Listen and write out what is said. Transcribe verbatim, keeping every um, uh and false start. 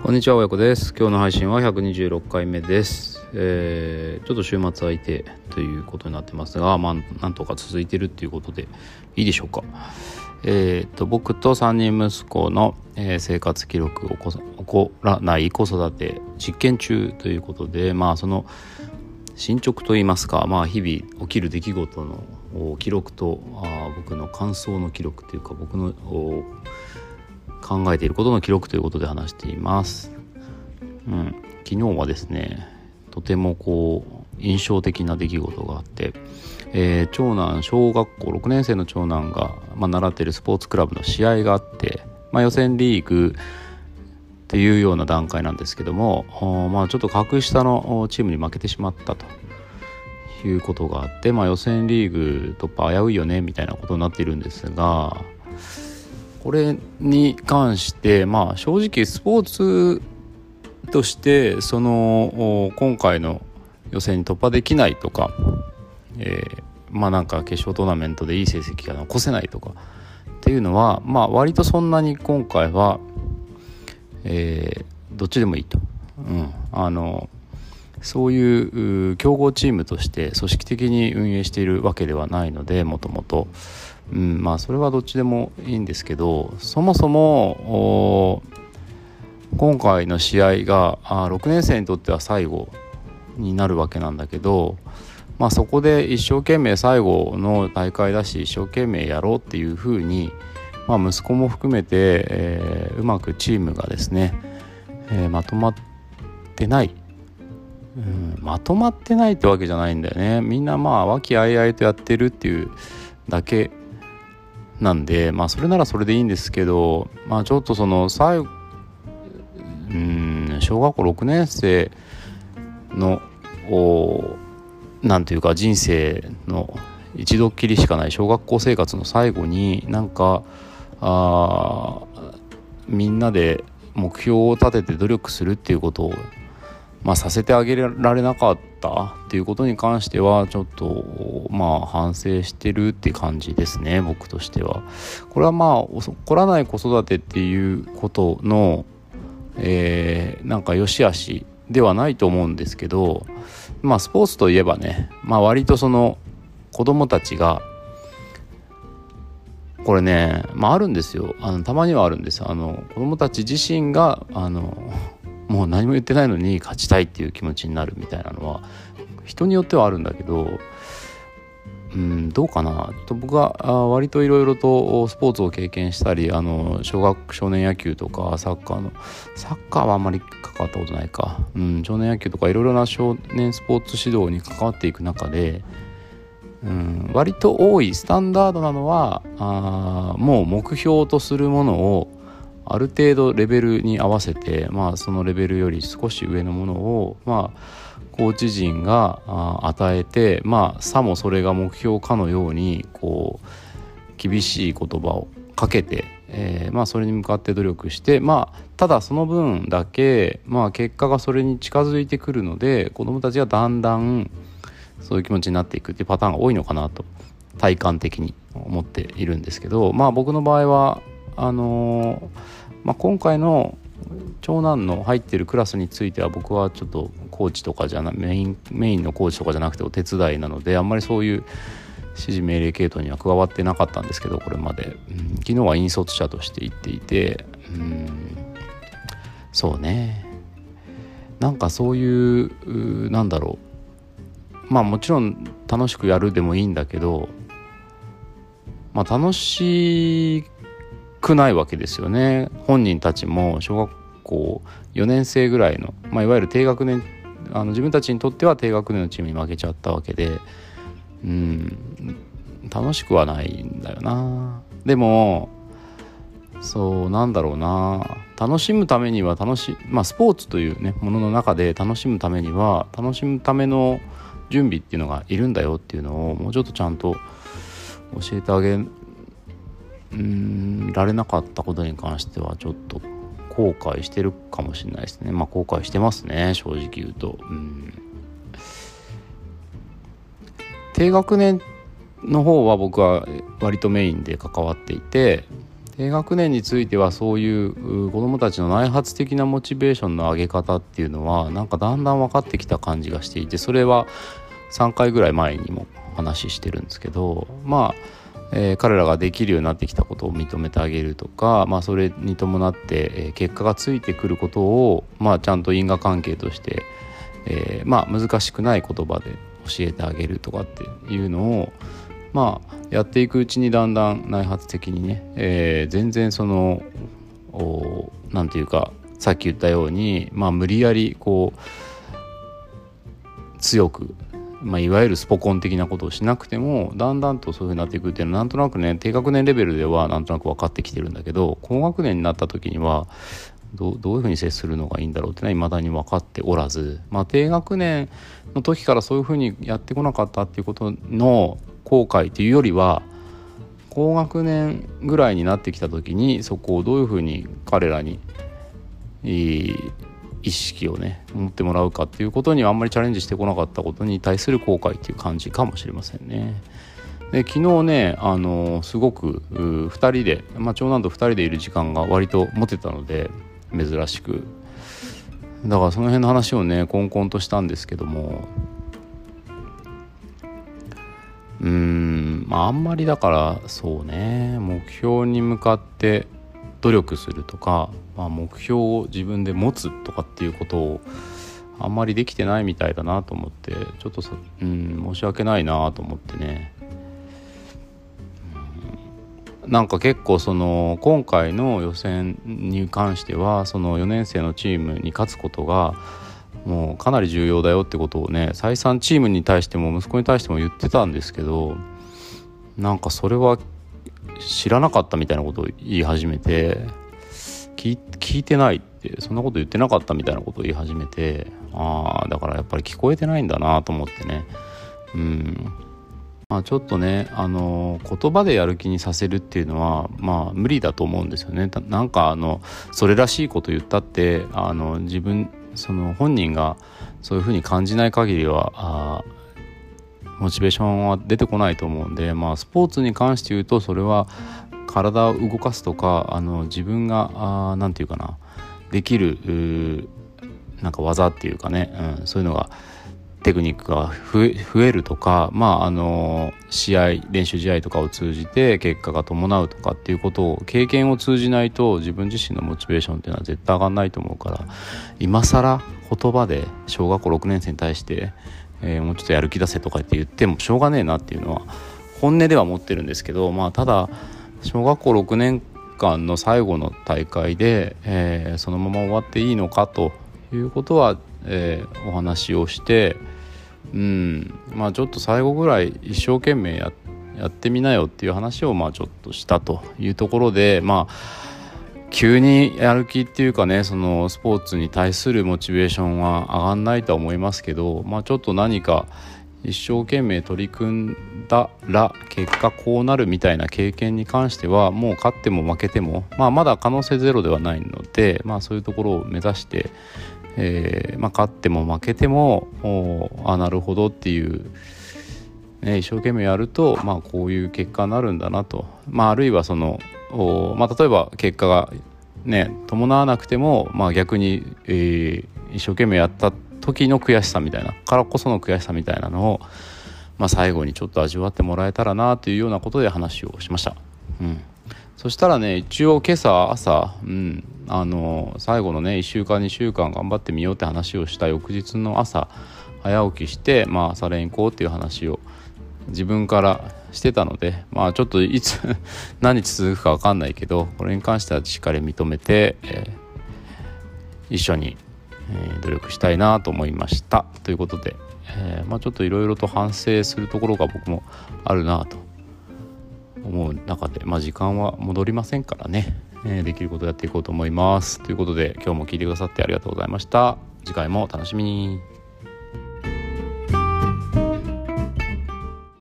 こんにちは、親子です。今日の配信はひゃくにじゅうろっかいめです。えー、ちょっと週末空いてということになってますが、まあ、なんとか続いてるっていうことでいいでしょうか。えー、と僕とさんにん息子の、えー、生活記録を起こ起こらない子育て実験中ということで、まあその進捗といいますか、まあ、日々起きる出来事の記録とあ僕の感想の記録というか、僕の考えていることの記録ということで話しています。うん、昨日はですね、とてもこう印象的な出来事があって、えー、長男小学校ろくねん生の長男が、まあ、習っているスポーツクラブの試合があって、まあ、予選リーグっていうような段階なんですけども、まあ、ちょっと格下のチームに負けてしまったということがあって、まあ、予選リーグ突破危ういよねみたいなことになっているんですが、これに関して、まあ、正直スポーツとしてその今回の予選に突破できないとか、えー、まあなんか決勝トーナメントでいい成績が残せないとかっていうのは、まあ割とそんなに今回は、えー、どっちでもいいと、うん、あのそういう強豪チームとして組織的に運営しているわけではないので、もともと、うん、まあそれはどっちでもいいんですけど、そもそも今回の試合があろくねん生にとっては最後になるわけなんだけど、まあ、そこで一生懸命最後の大会だし一生懸命やろうっていうふうに、まあ、息子も含めて、えー、うまくチームがですね、えー、まとまってない、うん、まとまってないってわけじゃないんだよね。みんなまあ和気あいあいとやってるっていうだけなんで、まあそれならそれでいいんですけど、まあちょっとその最後うん小学校ろくねん生のなんていうか人生の一度きりしかない小学校生活の最後に、なんかあみんなで目標を立てて努力するっていうことを、まあ、させてあげられなかったっていうことに関してはちょっとまあ反省してるって感じですね、僕としては。これはまあ怒らない子育てっていうことのえー、なんか良し悪しではないと思うんですけど、まあスポーツといえばね、まあ割とその子供たちがこれね、まああるんですよ。あのたまにはあるんですよ。あの子供たち自身があのもう何も言ってないのに勝ちたいっていう気持ちになるみたいなのは人によってはあるんだけど、うん、どうかなと。僕は割といろいろとスポーツを経験したり、あの小学少年野球とかサッカーのサッカーはあんまり関わったことないか、うん、少年野球とかいろいろな少年スポーツ指導に関わっていく中で、うん、割と多いスタンダードなのはあもう目標とするものをある程度レベルに合わせて、まあ、そのレベルより少し上のものをまあコーチ陣が与えて、まあさもそれが目標かのようにこう厳しい言葉をかけて、えー、まあそれに向かって努力して、まあただその分だけ、まあ結果がそれに近づいてくるので、子どもたちがだんだんそういう気持ちになっていくっていうパターンが多いのかなと体感的に思っているんですけど、まあ僕の場合はあのーまあ、今回の長男の入っているクラスについては僕はちょっとコーチとかじゃなメインメインのコーチとかじゃなくてお手伝いなので、あんまりそういう指示命令系統には加わってなかったんですけど、これまで、うん、昨日は引率者として行っていて、うん、そうね、なんかそういうなんだろう、まあもちろん楽しくやるでもいいんだけど、まあ楽しくないわけですよね。本人たちも小学校よねん生ぐらいの、まあ、いわゆる低学年、あの自分たちにとっては低学年のチームに負けちゃったわけで、うん、楽しくはないんだよな。でもそうなんだろうな、楽しむためには楽しまあスポーツというねものの中で楽しむためには楽しむための準備っていうのがいるんだよっていうのをもうちょっとちゃんと教えてあげうーんられなかったことに関してはちょっと後悔してるかもしれないですね。まあ後悔してますね、正直言うと。うん、低学年の方は僕は割とメインで関わっていて、 低学年についてはそういう子どもたちの内発的なモチベーションの上げ方っていうのはなんかだんだん分かってきた感じがしていて、それはさんかいぐらい前にも話してるんですけど、まあ、えー、彼らができるようになってきたことを認めてあげるとか、まあ、それに伴って、えー、結果がついてくることを、まあ、ちゃんと因果関係として、えーまあ、難しくない言葉で教えてあげるとかっていうのを、まあ、やっていくうちにだんだん内発的にね、えー、全然そのなんていうかさっき言ったように、まあ、無理やりこう強く、まあ、いわゆるスポコン的なことをしなくてもだんだんとそういうふうになっていくっていうのはなんとなくね低学年レベルではなんとなく分かってきてるんだけど、高学年になった時にはどう、どういうふうに接するのがいいんだろうっていうのは未だに分かっておらず、まあ、低学年の時からそういうふうにやってこなかったっていうことの後悔というよりは高学年ぐらいになってきた時にそこをどういうふうに彼らに意識をね持ってもらうかっていうことにはあんまりチャレンジしてこなかったことに対する後悔っていう感じかもしれませんね。で昨日ねあのすごくふたりで、まあ、長男とふたりでいる時間が割と持てたので珍しくだからその辺の話をねこんこんとしたんですけども、うーんまああんまりだからそうね目標に向かって努力するとか、まあ、目標を自分で持つとかっていうことをあんまりできてないみたいだなと思ってちょっとさ、うん、申し訳ないなと思ってね、うん、なんか結構その今回の予選に関してはそのよねん生のチームに勝つことがもうかなり重要だよってことをね再三チームに対しても息子に対しても言ってたんですけど、なんかそれは知らなかったみたいなことを言い始めて 聞, 聞いてないってそんなこと言ってなかったみたいなことを言い始めて、ああだからやっぱり聞こえてないんだなと思ってね、うんまあ、ちょっとねあの言葉でやる気にさせるっていうのはまあ無理だと思うんですよね。なんかあのそれらしいこと言ったってあの自分その本人がそういうふうに感じない限りはあモチベーションは出てこないと思うんで、まあ、スポーツに関して言うとそれは体を動かすとかあの自分があなんていうかなできるなんか技っていうかね、うん、そういうのがテクニックが増え、増えるとか、まあ、あの試合練習試合とかを通じて結果が伴うとかっていうことを経験を通じないと自分自身のモチベーションっていうのは絶対上がんないと思うから、今更言葉で小学校ろくねん生に対して、えー、もうちょっとやる気出せとかって言ってもしょうがねえなっていうのは本音では思ってるんですけど、まあ、ただ小学校ろくねんかんの最後の大会で、えー、そのまま終わっていいのかということは、えー、お話をしてうんまあちょっと最後ぐらい一生懸命 や, やってみなよっていう話をまあちょっとしたというところで、まあ急にやる気っていうかねそのスポーツに対するモチベーションは上がんないとは思いますけど、まあちょっと何か一生懸命取り組んだら結果こうなるみたいな経験に関してはもう勝っても負けても、まあ、まだ可能性ゼロではないので、まあ、そういうところを目指してえーまあ、勝っても負けてもあなるほどっていう、ね、一生懸命やると、まあ、こういう結果になるんだなと、まあ、あるいはその、まあ、例えば結果が、ね、伴わなくても、まあ、逆に、えー、一生懸命やった時の悔しさみたいなからこその悔しさみたいなのを、まあ、最後にちょっと味わってもらえたらなというようなことで話をしました。うんそしたらね一応今朝朝、うん、あの最後のねいっしゅうかんにしゅうかん頑張ってみようって話をした翌日の朝早起きして、まあ、朝練行こうっていう話を自分からしてたので、まあちょっといつ何日続くか分かんないけどこれに関してはしっかり認めて、えー、一緒に、えー、努力したいなと思いましたということで、えーまあ、ちょっといろいろと反省するところが僕もあるなと思う中で、まあ、時間は戻りませんからね、えー、できることやっていこうと思いますということで今日も聞いてくださってありがとうございました。次回もお楽しみに。